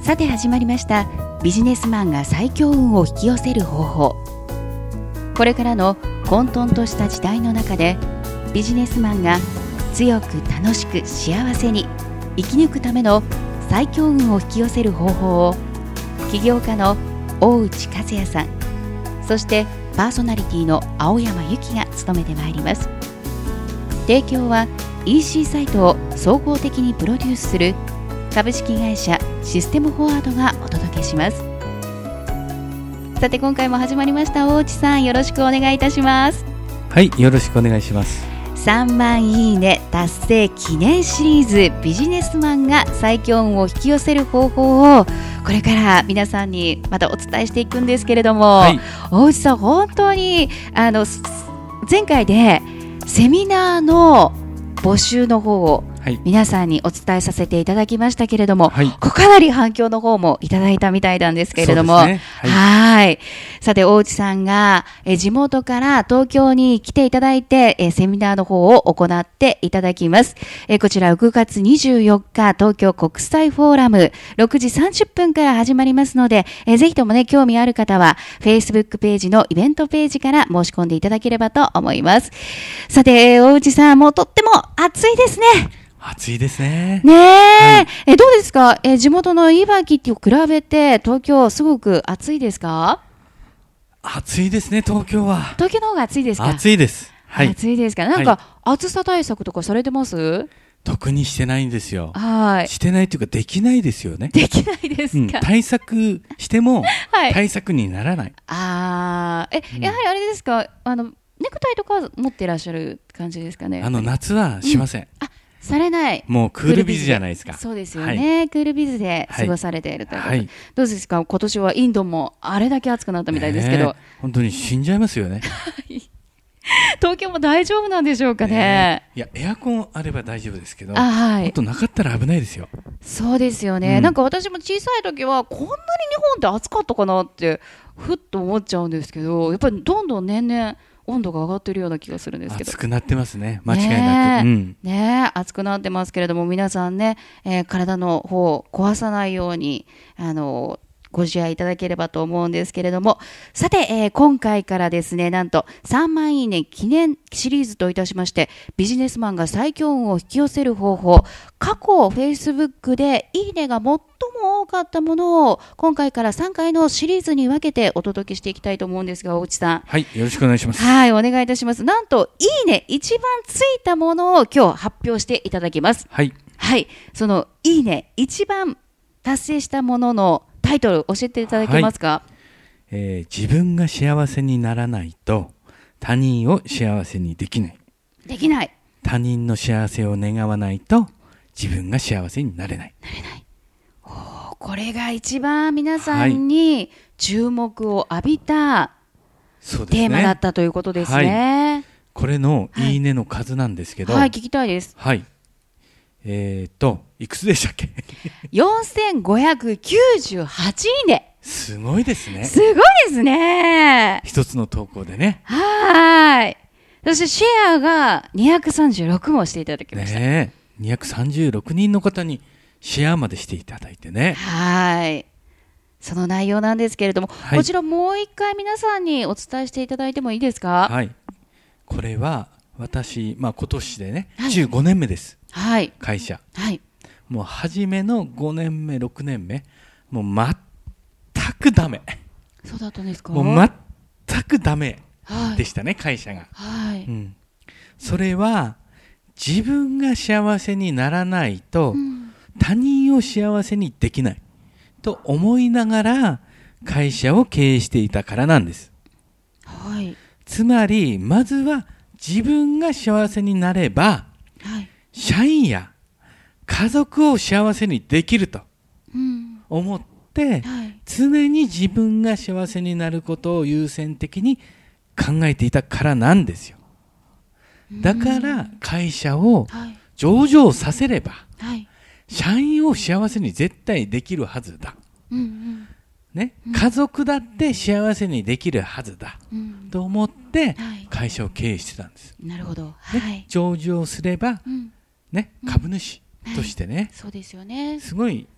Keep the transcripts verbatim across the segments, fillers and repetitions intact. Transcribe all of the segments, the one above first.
さて始まりました。ビジネスマンが最強運を引き寄せる方法。これからの混沌とした時代の中で、ビジネスマンが強く楽しく幸せに生き抜くための最強運を引き寄せる方法を、起業家の大内和也さん、そしてパーソナリティの青山由紀が務めてまいります。提供は イーシー サイトを総合的にプロデュースする株式会社システムフォワードがお届けします。さて今回も始まりました。大内さん、よろしくお願いいたします。 はい、よろしくお願いします。 さんまんいいね達成記念シリーズ、ビジネスマンが最強運を引き寄せる方法をこれから皆さんにまたお伝えしていくんですけれども、はい、大内さん、本当にあの前回でセミナーの募集の方を皆さんにお伝えさせていただきましたけれども、はい、かなり反響の方もいただいたみたいなんですけれども、ね、はい、はいさて大内さんがえ地元から東京に来ていただいてえセミナーの方を行っていただきます。えこちらくがつにじゅうよっか東京国際フォーラムろくじさんじゅっぷんから始まりますので、えぜひともね興味ある方は Facebook ページのイベントページから申し込んでいただければと思います。さて大内さん、もうとっても暑いですね。 暑いですね。 ねえ、はい、えどうですか。え地元のいわきと比べて東京すごく暑いですか。 暑いですね、東京は。 東京の方が暑いですか。 暑いです。はい。 暑いですか。なんか、はい、暑さ対策とかされてます？ 特にしてないんですよ。 はい。 してないというかできないですよね。 できないですか。うん、 対策しても対策にならない。はい、 ああ、え、うん、やはりあれですか。あのネクタイとか持ってらっしゃる感じですかね。 あの夏はしません。うん、あされない。 もうクールビズじゃないですか。 そうですよね、はい、クールビズで過ごされているということ、はい、どうですか。今年はインドもあれだけ暑くなったみたいですけど、ね、 本当に死んじゃいますよね。 東京も大丈夫なんでしょうかね。ねいやエアコンあれば大丈夫ですけど、 はい、 もっとなかったら危ないですよ。 そうですよね、うん、なんか私も小さい時はこんなに日本って暑かったかなってふっと思っちゃうんですけど、やっぱりどんどん年々温度が上がっているような気がするんですけど、 暑くなってますね、間違いなく。ね、うんね、暑くなってますけれども、皆さんね、えー、体の方を壊さないようにあのご自愛いただければと思うんですけれども、さて、えー、今回からですね、なんとさんまんいいね記念シリーズといたしまして、ビジネスマンが最強運を引き寄せる方法、過去 Facebook でいいねが最も多かったものを今回からさんかいのシリーズに分けてお届けしていきたいと思うんですが、大内さん、 はい、よろしくお願いします。 はい、お願いいたします。なんといいね一番ついたものを今日発表していただきます。 はい、 はい、そのいいね一番達成したもののタイトル教えていただけますか。はい、 えー、自分が幸せにならないと他人を幸せにできない。 できない。 他人の幸せを願わないと自分が幸せになれない。 なれない。お、これが一番皆さんに注目を浴びたテーマだったということですね。はい、 これのいいねの数なんですけど、 はい、はい、聞きたいです。 はい。えーといくつでしたっけ。 よんせんごひゃくきゅうじゅうはちいいね。 すごいですね。 すごいですね。 一つの投稿でね。 はい。そしてシェアがにひゃくさんじゅうろくもしていただきました。 ね、にひゃくさんじゅうろくにんの方にシェアまでしていただいてね。 はい。その内容なんですけれども、はい、こちらもう一回皆さんにお伝えしていただいてもいいですか。 はい。これは私、まあ、今年でね、はい、じゅうごねんめです。はい。会社。はい。もう初めのごねんめろくねんめもう全くダメ。 そうだったんですか。 もう全くダメでしたね、はい、会社が。 はい、 うん。それは自分が幸せにならないと、うん、他人を幸せにできないと思いながら会社を経営していたからなんです。 はい。 つまりまずは自分が幸せになれば、はい、社員や家族を幸せにできると思って、うんはい、常に自分が幸せになることを優先的に考えていたからなんですよ。だから会社を上場させれば、はい、社員を幸せに絶対できるはずだ、うんうんね、家族だって幸せにできるはずだ、うん、と思って会社を経営してたんです。 なるほど、 はい、上場すれば、うんね、株主としてね、 はい、そうですよね、 すごい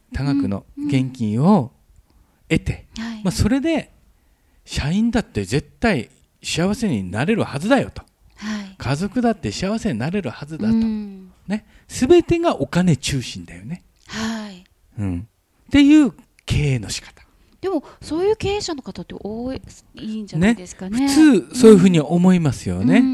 多額の現金を得て、 うんはいまあ、それで社員だって絶対幸せになれるはずだよと、はい、家族だって幸せになれるはずだと、うんね、全てがお金中心だよね、はいうん、っていう経営の仕方。 でもそういう経営者の方って多い、いいんじゃないですかね。 普通そういうふうに思いますよね、うん、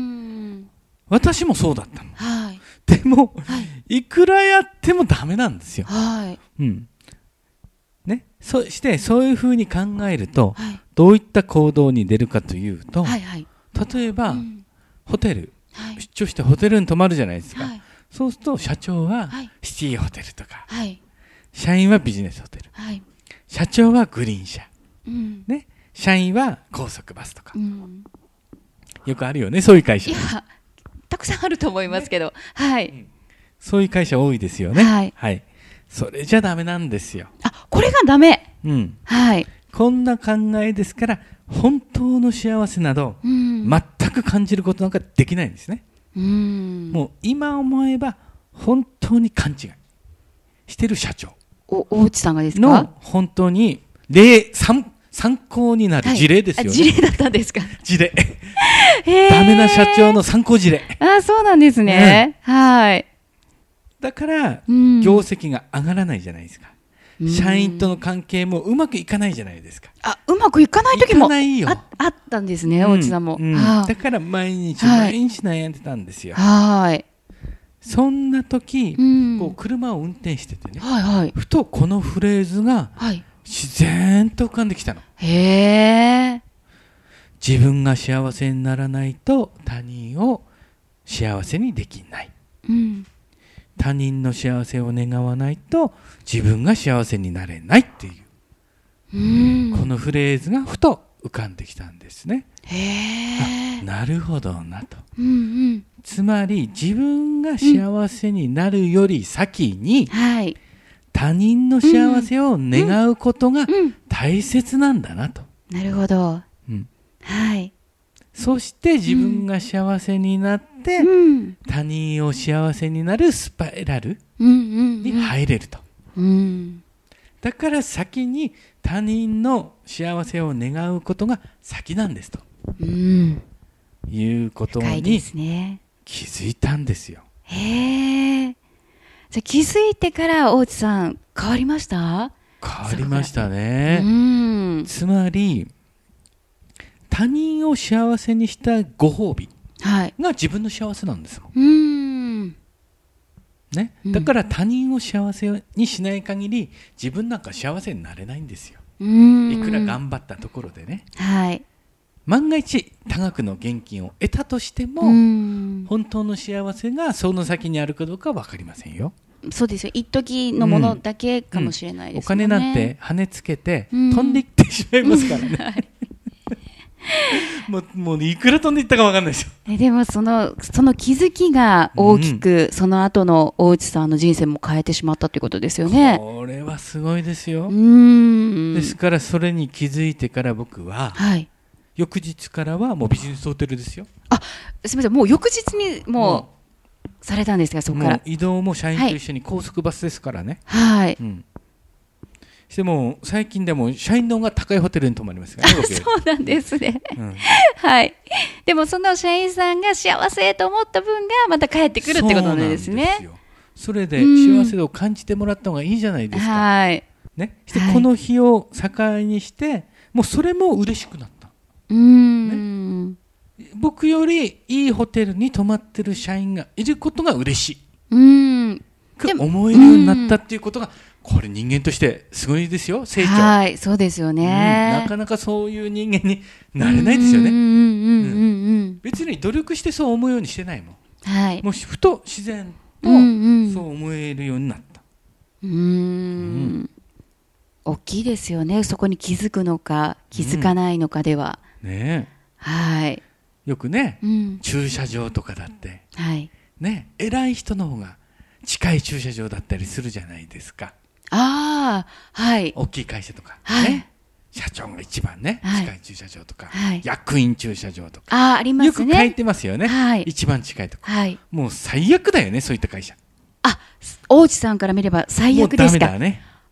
私もそうだったの、はい、でも、はい、いくらやってもダメなんですよ、はいうんね、そしてそういうふうに考えると、はい、どういった行動に出るかというと、はいはい、例えば、うん、ホテル、はい、出張してホテルに泊まるじゃないですか、はい、そうすると社長はシティホテルとか、はい、社員はビジネスホテル、はい、社長はグリーン車、うんね、社員は高速バスとか、うん、よくあるよねそういう会社。いやたくさんあると思いますけど、はい、うん、 そういう会社多いですよね、はいはい、それじゃダメなんですよ。 あ、これがダメ、 うんはい、こんな考えですから本当の幸せなど、うん、全く感じることなんかできないんですね。うんもう今思えば本当に勘違いしてる社長、 お大内さんがですかの本当に例参参考になる事例ですよね、 はい、事例だったんですか。 事例ダメな社長の参考事例。 あ、そうなんですね、うん、はいだから、うん、業績が上がらないじゃないですか、うん、社員との関係もうまくいかないじゃないですか。 あ、うまくいかない時もあ, あったんですね、大内さんも、 うんうんはあ、だから毎日毎日悩んでたんですよ。はい、そんな時、うん、こう車を運転しててね、はいはい、ふとこのフレーズが自然と浮かんできたの。へー。自分が幸せにならないと他人を幸せにできない、うん、他人の幸せを願わないと自分が幸せになれないっていう、うん、このフレーズがふと浮かんできたんですね。へー。なるほどなと、うんうん、つまり自分が幸せになるより先に、うんはい、他人の幸せを願うことが大切なんだなと、 うんうん、なるほど、うんはい、 そして自分が幸せになって、うん、他人を幸せになるスパイラルに入れると、うんうんうん、だから先に他人の幸せを願うことが先なんですと、うん、いうことに気づいたんですよ。 へー。じゃあ気づいてから大内さん変わりました？ 変わりましたね、うん、つまり他人を幸せにしたご褒美が自分の幸せなんですもん、うんね、だから他人を幸せにしない限り自分なんか幸せになれないんですよ。うんいくら頑張ったところでね、はい、万が一多額の現金を得たとしても本当の幸せがその先にあるかどうかは分かりませんよ。 そうですよ、一時のものだけかもしれないですもんね、 うんうん、お金なんて跳ねつけて飛んでいってしまいますからね、はいもう、もういくら飛んでいったか分かんないですよ。 えでもその、その気づきが大きく、うん、その後の大内さんの人生も変えてしまったということですよね。 これはすごいですよ。うんですからそれに気づいてから僕は、はい、翌日からはもうビジネスホテルですよ。 あ、すみません、もう翌日にもうされたんですか。そこからもう移動も社員と一緒に高速バスですからね。はい、うんしても最近でも社員の方が高いホテルに泊まりますからね。 そうなんですね、うん、はいでもその社員さんが幸せと思った分がまた返ってくるってことなんですね。そうなんですよ。それで幸せを感じてもらった方がいいじゃないですか、はいね、してこの日を境にしてもうそれも嬉しくなった。うーん、ね、僕よりいいホテルに泊まってる社員がいることが嬉しい、うーん思えるようになったっていうことがこれ人間としてすごいですよ。成長。 はい、そうですよね、 うん、なかなかそういう人間になれないですよね。別に努力してそう思うようにしてないもん、はい、もうふと自然とそう思えるようになった。うーん、うん、 大きいですよね。そこに気づくのか気づかないのかでは、うん、ねはい、よくね、うん、駐車場とかだって、はいね、偉い人の方が近い駐車場だったりするじゃないですか。ああ、はい。大きい会社とか、はいね、社長が一番ね、はい、近い駐車場とか、はい、役員駐車場とか、 あ、ありますね。 よく書いてますよね、はい、一番近いとか、はい、もう最悪だよね、そういった会社。 あ、大内さんから見れば最悪ですか。もうダメだね。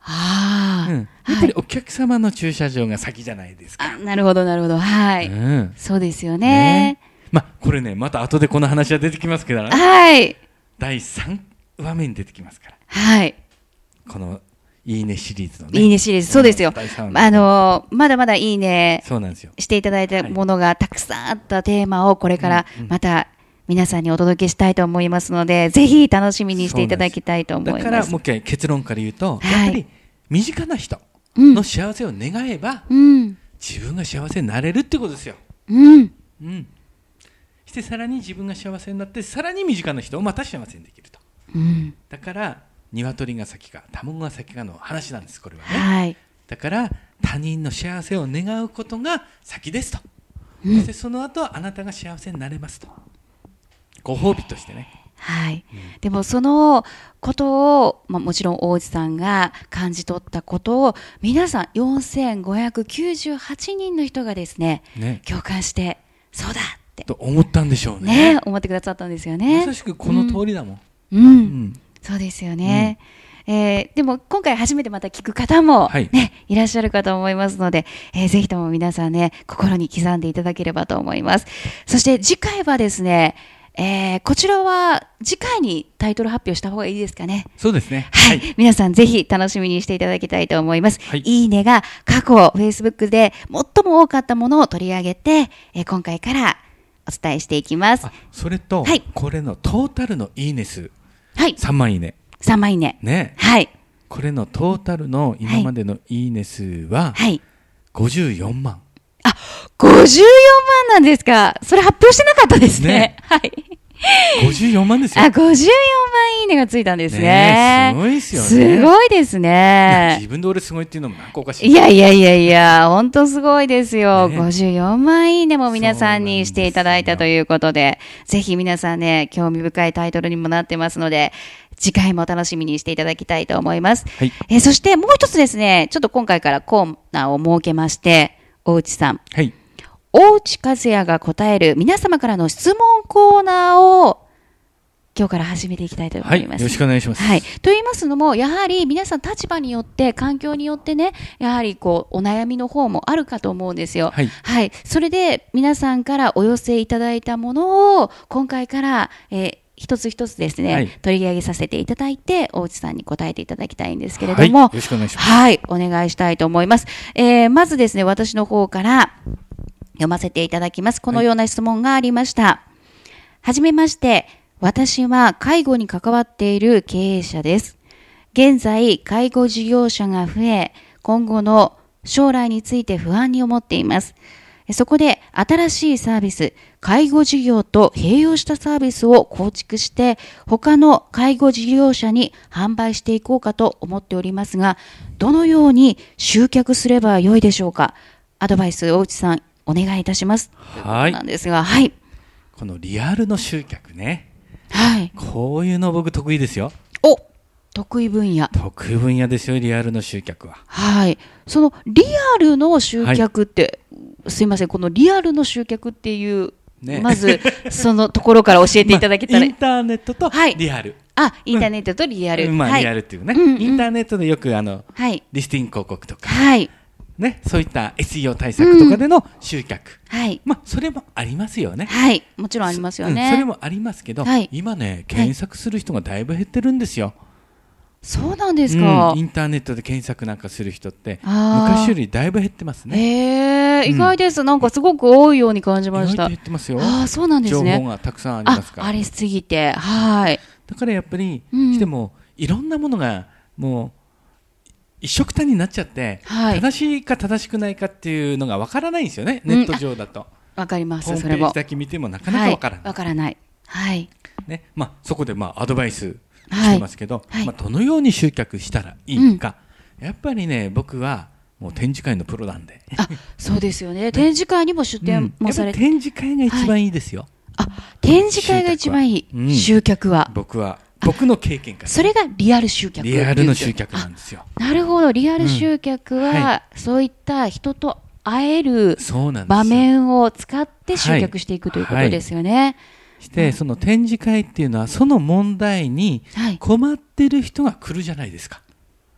あ、うん、やっぱりお客様の駐車場が先じゃないですか。 あ、なるほどなるほど、はい、うん、そうですよね。 ね、まあ、これねまた後でこの話は出てきますけどね、 はい、 だいさんわめに出てきますから、 はい、 このいいねシリーズのね、 いいねシリーズ、そうですよ。あのまだまだいいねそうなんですよしていただいたものがたくさんあったテーマをこれからまた皆さんにお届けしたいと思いますので、ぜひ楽しみにしていただきたいと思います。 だからもう一回結論から言うと、はい、やっぱり身近な人の幸せを願えば、うん、自分が幸せになれるってことですよ。うんうん、してさらに自分が幸せになって、さらに身近な人をまた幸せにできると、うん、だから鶏が先か卵が先かの話なんです、これはね、はい、だから他人の幸せを願うことが先ですと、うん、そしてその後あなたが幸せになれますと、ご褒美としてね、 はい、うん、でもそのことを、まあ、もちろん大内さんが感じ取ったことを皆さんよんせんごひゃくきゅうじゅうはちにんの人がですね、ね、共感してそうだってと思ったんでしょう ね, ね思ってくださったんですよね。 まさしくこの通りだもん、 うんうんうん、そうですよね、うん、えー、でも今回初めてまた聞く方も、ね、はい、いらっしゃるかと思いますので、えー、ぜひとも皆さんね心に刻んでいただければと思います。そして次回はですね、えー、こちらは次回にタイトル発表した方がいいですかね。 そうですね、 はい、はい、皆さんぜひ楽しみにしていただきたいと思います、はい、いいねが過去 Facebook で最も多かったものを取り上げて、えー、今回からお伝えしていきます。 それと、はい、これのトータルのいいね数、 はい、 さんまんいいねさんまんいいね、 ね、 はい、 これのトータルの今までのいいね数は、はい、ごじゅうよんまん。 あ、ごじゅうよんまんなんですか。それ発表してなかったですね。ね、はい。 ごじゅうよんまんですよ。 あ、ごじゅうよんまんいいねがついたんですね。ね、 すごいですよね。 すごいですね。 自分で俺すごいっていうのもなんかおかしい。 いやいやいやいや、本当すごいですよ、ね。ごじゅうよんまんいいねも皆さんにしていただいたということで、ぜひ皆さんね、興味深いタイトルにもなってますので、次回も楽しみにしていただきたいと思います。はい、えー、そしてもう一つですね、ちょっと今回からコーナーを設けまして、大内さん。はい。大内和也が答える皆様からの質問コーナーを今日から始めていきたいと思います。はい、 よろしくお願いします。 はい。と言いますのも、やはり皆さん立場によって、環境によってね、やはりこう、お悩みの方もあるかと思うんですよ。はい。はい。それで、皆さんからお寄せいただいたものを、今回から、えー、一つ一つですね、はい、取り上げさせていただいて、大内さんに答えていただきたいんですけれども、はい、よろしくお願いします。 はい、お願いしたいと思います。えー、まずですね、私の方から読ませていただきます。このような質問がありました。はい、はじめまして、私は介護に関わっている経営者です。現在、介護事業者が増え、今後の将来について不安に思っています。そこで新しいサービス、介護事業と併用したサービスを構築して、他の介護事業者に販売していこうかと思っておりますが、どのように集客すればよいでしょうか。アドバイス、大内さん、お願いいたします。はい。なんですが、はい。 このリアルの集客ね。 はい。 こういうの僕得意ですよ。 お、得意分野。 得意分野ですよ、リアルの集客は。 はい。そのリアルの集客って、はい、すいません、このリアルの集客っていう、ね、まずそのところから教えていただけたら、まあ、 インターネットとリアル、はい、 あ、インターネットとリアル、 うん、まあ、はい、リアルっていうね、うんうん、インターネットでよくあの、はい、リスティング広告とか、はい、ね、そういった エスイーオー 対策とかでの集客、うん、はい、まあそれもありますよね。 はい、もちろんありますよね。 そ,、うん、それもありますけど、はい、今ね検索する人がだいぶ減ってるんですよ。 そうなんですか、 うん、インターネットで検索なんかする人って昔よりだいぶ減ってますね。 へー、意外です、うん、なんかすごく多いように感じました。 意外と減ってますよ。 あ、そうなんですね。 情報がたくさんありますから。 あ, ありすぎて、はい。 だからやっぱり、うん、してもいろんなものがもう一緒くたになっちゃって、はい、正しいか正しくないかっていうのがわからないんですよね、ネット上だと。わ、 うん、かります。 ホームページだけ見てもなかなかわからない。 わ、はい、からない。はい。 ね、まあそこでまあアドバイスしてますけど、はい、まあ、どのように集客したらいいか、うん、やっぱりね僕はもう展示会のプロなんで。 あ、そうですよね。展示会にも出展もされて、 うん、展示会が一番いいですよ。 はい、あ、展示会が一番いい、うん、集客は。 僕は僕の経験から、 それがリアル集客。 リアルの集客なんですよ。 なるほど、リアル集客は、うん、はい、そういった人と会える場面を使って集客していくということですよね。はいはい、 して、その展示会っていうのはその問題に困ってる人が来るじゃないですか。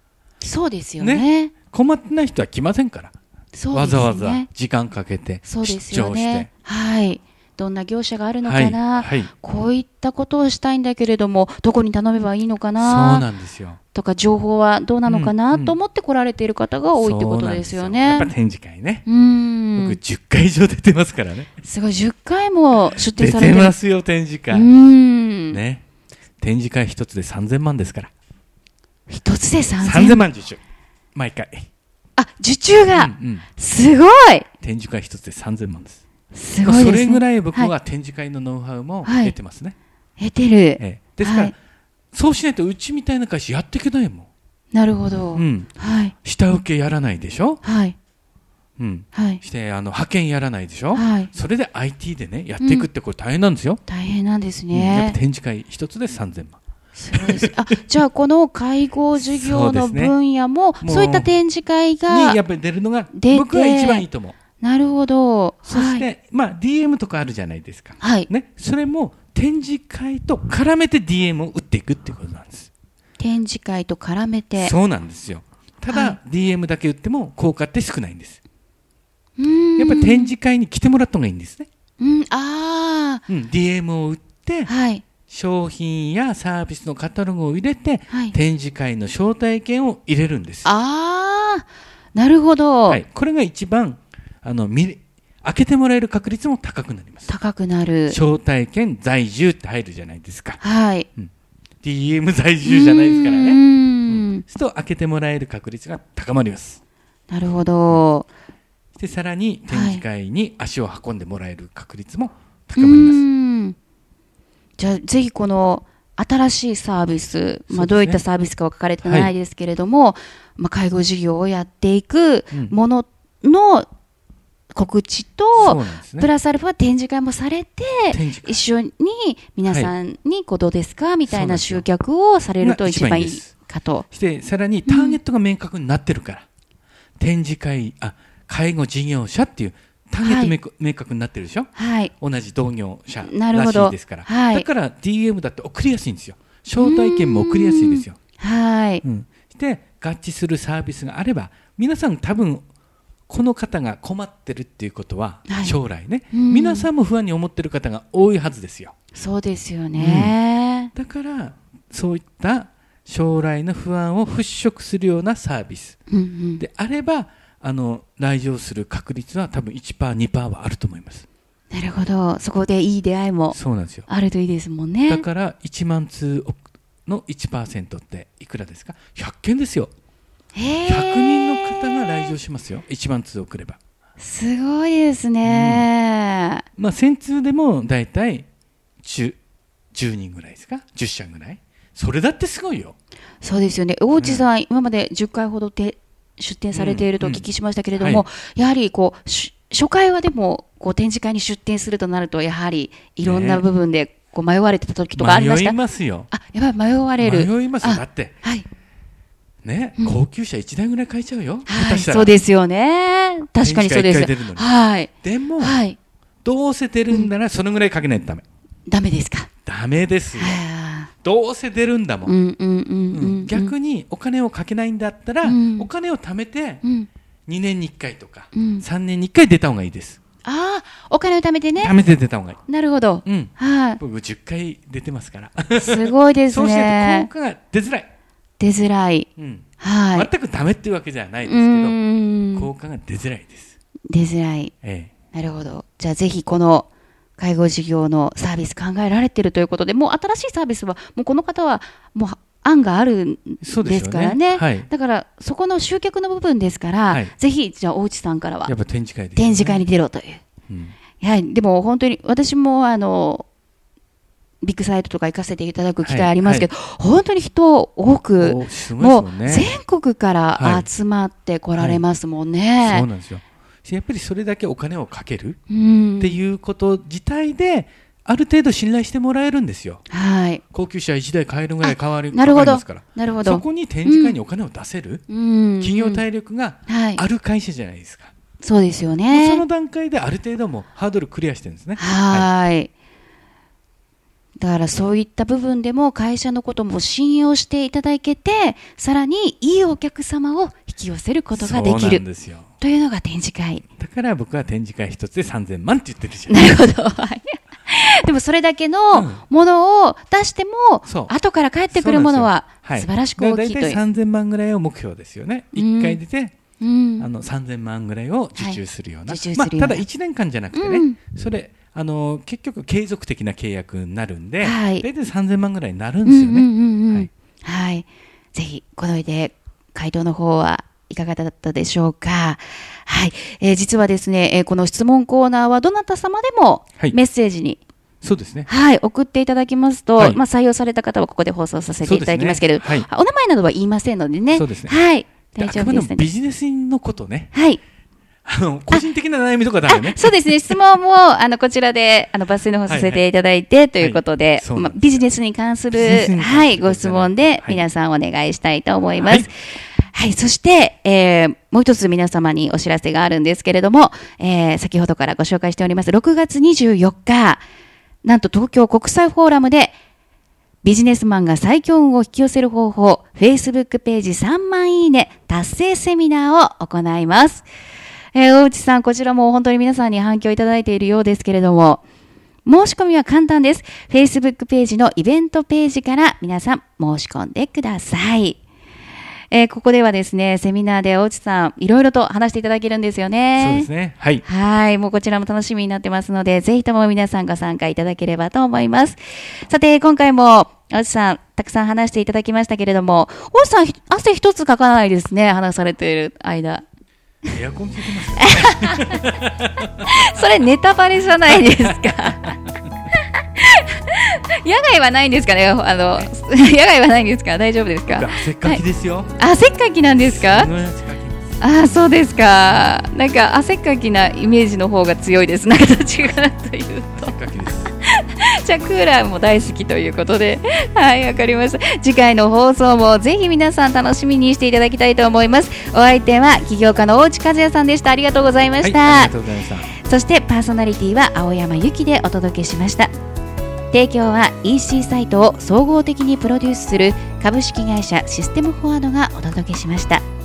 そうですよ ね, ね困ってない人は来ませんから。 そうですね、 わざわざ時間かけて出張して、ね、 はい、どんな業者があるのかな、 はいはい、 こういったことをしたいんだけれどもどこに頼めばいいのかな、 そうなんですよとか情報はどうなのかな、うん、と思って来られている方が多いってことですよね。 やっぱ展示会ね、 うん、 僕じゅっかい以上出てますからね。 すごい、じゅっかいも出展されてる。 出てますよ展示会、 うんね、展示会一つでさんぜんまんですから。 一つでさんぜんまん、 さんぜんまん受注毎回。 あ、受注が、うんうん、すごい。 展示会一つでさんぜんまんです。 すごいですね。 それぐらい僕は展示会のノウハウも得てますね。 はい、得てる、ええ、ですから、はい、そうしないとうちみたいな会社やっていけないもん。 なるほど、 うん、はい、下請けやらないでしょ、はい、うん、はい、してあの派遣やらないでしょ、はい、それで アイティー でねやっていくってこれ大変なんですよ、うん、 大変なんですね、 うん、やっぱ展示会一つでさんぜんまん。 すごいです。あ、じゃあこの介護事業の分野もそう、ね、そういった展示会がにやっぱり出るのが僕は一番いいと思う。 なるほど。 そして、はい、まあ ディーエム とかあるじゃないですか、 はいね、それも展示会と絡めて ディーエム を打っていくっていうことなんです。 展示会と絡めて。 そうなんですよ。ただ、はい、ディーエム だけ打っても効果って少ないんです。 うーん、 やっぱり展示会に来てもらった方がいいんですね。 うん、あー、うん、ディーエム を打って、はい、商品やサービスのカタログを入れて、はい、展示会の招待券を入れるんです。 ああ、なるほど、 はい、これが一番あの見開けてもらえる確率も高くなります。 高くなる。 招待券在住って入るじゃないですか。 はい、 うん、ディーエム 在住じゃないですからね。うん、そうすると開けてもらえる確率が高まります。 なるほど。 でさらに展示会に足を運んでもらえる確率も高まります。 うん、じゃあぜひこの新しいサービス、まあ、どういったサービスかは書かれてないですけれども、はい、まあ、介護事業をやっていくものの告知と、ね、プラスアルファ展示会もされて一緒に皆さんにこうどうですか、はい、みたいな集客をされると一番いいかと。 してさらにターゲットが明確になってるから、うん、展示会あ介護事業者っていうターゲット、はい、明確になってるでしょ、はい、同じ同業者らしいですから、はい、だから ディーエム だって送りやすいんですよ。招待券も送りやすいですよ。はい、うん、で合致するサービスがあれば皆さん多分この方が困ってるっていうことは、はい、将来ね、皆さんも不安に思ってる方が多いはずですよ。 そうですよね、 うん、だからそういった将来の不安を払拭するようなサービス、うんうん、であればあの来場する確率は多分 いちパーセント、にパーセント はあると思います。 なるほど。そこでいい出会いもあるといいですもんね。 だからいちまん通の いちパーセント っていくらですか。ひゃっけんですよ。ひゃくにんの方が来場しますよ。いちまん通送れば。 すごいですね、 うん、まあせん通でもだいたい 10, じゅうにんぐらいですか。じゅっ社ぐらい。それだってすごいよ。 そうですよね。大内さん、うん、今までじゅっかいほど出展されているとお聞きしましたけれども、うんうん、はい、やはりこう初回はでもこう展示会に出展するとなるとやはりいろんな部分でこう迷われてた時とかありました。 迷いますよ。 あ、やっぱり迷われる。 迷いますよ。だって、はいね、うん、高級車いちだいぐらい買えちゃうよ、 はい、そうですよね。確かにそうです。はい、 でも、はい、どうせ出るんならそのぐらいかけないとダメ。 ダメですか。 ダメですよ。どうせ出るんだもん。逆にお金をかけないんだったら、うん、お金を貯めてにねんにいっかいとか、うん、さんねんにいっかい出た方がいいです。 ああ、お金を貯めてね。 貯めて出た方がいい。 なるほど。うん、はい。 僕じゅっかい出てますから。 すごいですね。 そうしないと効果が出づらい。 出づらい、うん、はい、 全くダメっていうわけじゃないですけど効果が出づらいです。 出づらい、ええ、なるほど。じゃあぜひこの介護事業のサービス考えられているということで、もう新しいサービスはもうこの方はもう案があるんですから ね, ね、はい、だからそこの集客の部分ですから、はい、ぜひじゃあ大内さんからはやっぱ展示会です、ね、 展示会に出ろという、うん、はい、でも本当に私もあのビッグサイトとか行かせていただく機会ありますけど、はいはい、本当に人多く、も, もう全国から集まってこられますもんね、はいはい、 そうなんですよ。やっぱりそれだけお金をかけるっていうこと自体である程度信頼してもらえるんですよ、はい、高級車いちだい買えるぐらい変わりますから。 なるほど。 そこに展示会にお金を出せる、うん、企業体力がある会社じゃないですか、はい、 そうですよね。 その段階である程度もハードルクリアしてるんですね。 はい、はい、 だからそういった部分でも会社のことも信用していただけて、さらにいいお客様を引き寄せることができるというのが展示会。 だから僕は展示会一つでさんぜんまんって言ってるじゃん。 なるほど。でもそれだけのものを出しても、うん、後から返ってくるものは素晴らしく大きいという。 だいたいさんぜんまんぐらいを目標ですよね。いっかい出て、うん、あのさんぜんまんぐらいを受注するような。はい、まあ、ただいちねんかんじゃなくてね、うん、それあの結局継続的な契約になるんで、はい、大体さんぜんまんぐらいになるんですよね。うんうんうんうん、はい、 はい、ぜひこの上で回答の方はいかがだったでしょうか。はい、えー、実はですね、えー、この質問コーナーはどなた様でもメッセージに、はい、 そうですね、 はい、送っていただきますと、はい、まあ、採用された方はここで放送させていただきますけれど、ね、はい、お名前などは言いませんのでね。 そうですね、 はい、大丈夫ですね。 ビジネスのことね。 はい。 あの個人的な悩みとかだよね。 そうですね。質問もあのこちらであの抜粋の方させていただいて、はいはい、ということで、はい、まあ、ビジネスに関するはいご質問で皆さんお願いしたいと思います。はい、はい、そして、えー、もう一つ皆様にお知らせがあるんですけれども、えー、先ほどからご紹介しておりますろくがつにじゅうよっか、なんと東京国際フォーラムでビジネスマンが最強運を引き寄せる方法、Facebook ページさんまんいいね達成セミナーを行います。えー、大内さん、こちらも本当に皆さんに反響いただいているようですけれども、申し込みは簡単です。Facebook ページのイベントページから皆さん申し込んでください。えー、ここではですね、セミナーで大内さん、いろいろと話していただけるんですよね。 そうですね。はい。 はい。もうこちらも楽しみになってますので、ぜひとも皆さんご参加いただければと思います。さて、今回も大内さん、たくさん話していただきましたけれども、大内さん、汗一つかかないですね、話されている間。 エアコンついてますね。 それネタバレじゃないですか。野外はないんですかね。あの野外はないんですか。大丈夫ですか。 汗っかきですよ。 はい、汗っかきなんですか。ああ、そうですか。なんか汗っかきなイメージの方が強いです。なんかどっちかなというと。汗っかきです。じゃあクーラーも大好きということで、はい、わかりました。次回の放送もぜひ皆さん楽しみにしていただきたいと思います。お相手は起業家の大内和也さんでした。ありがとうございました。 はい、ありがとうございました。 そしてパーソナリティは青山由紀でお届けしました。提供は イーシー サイトを総合的にプロデュースする株式会社システムフォワードがお届けしました。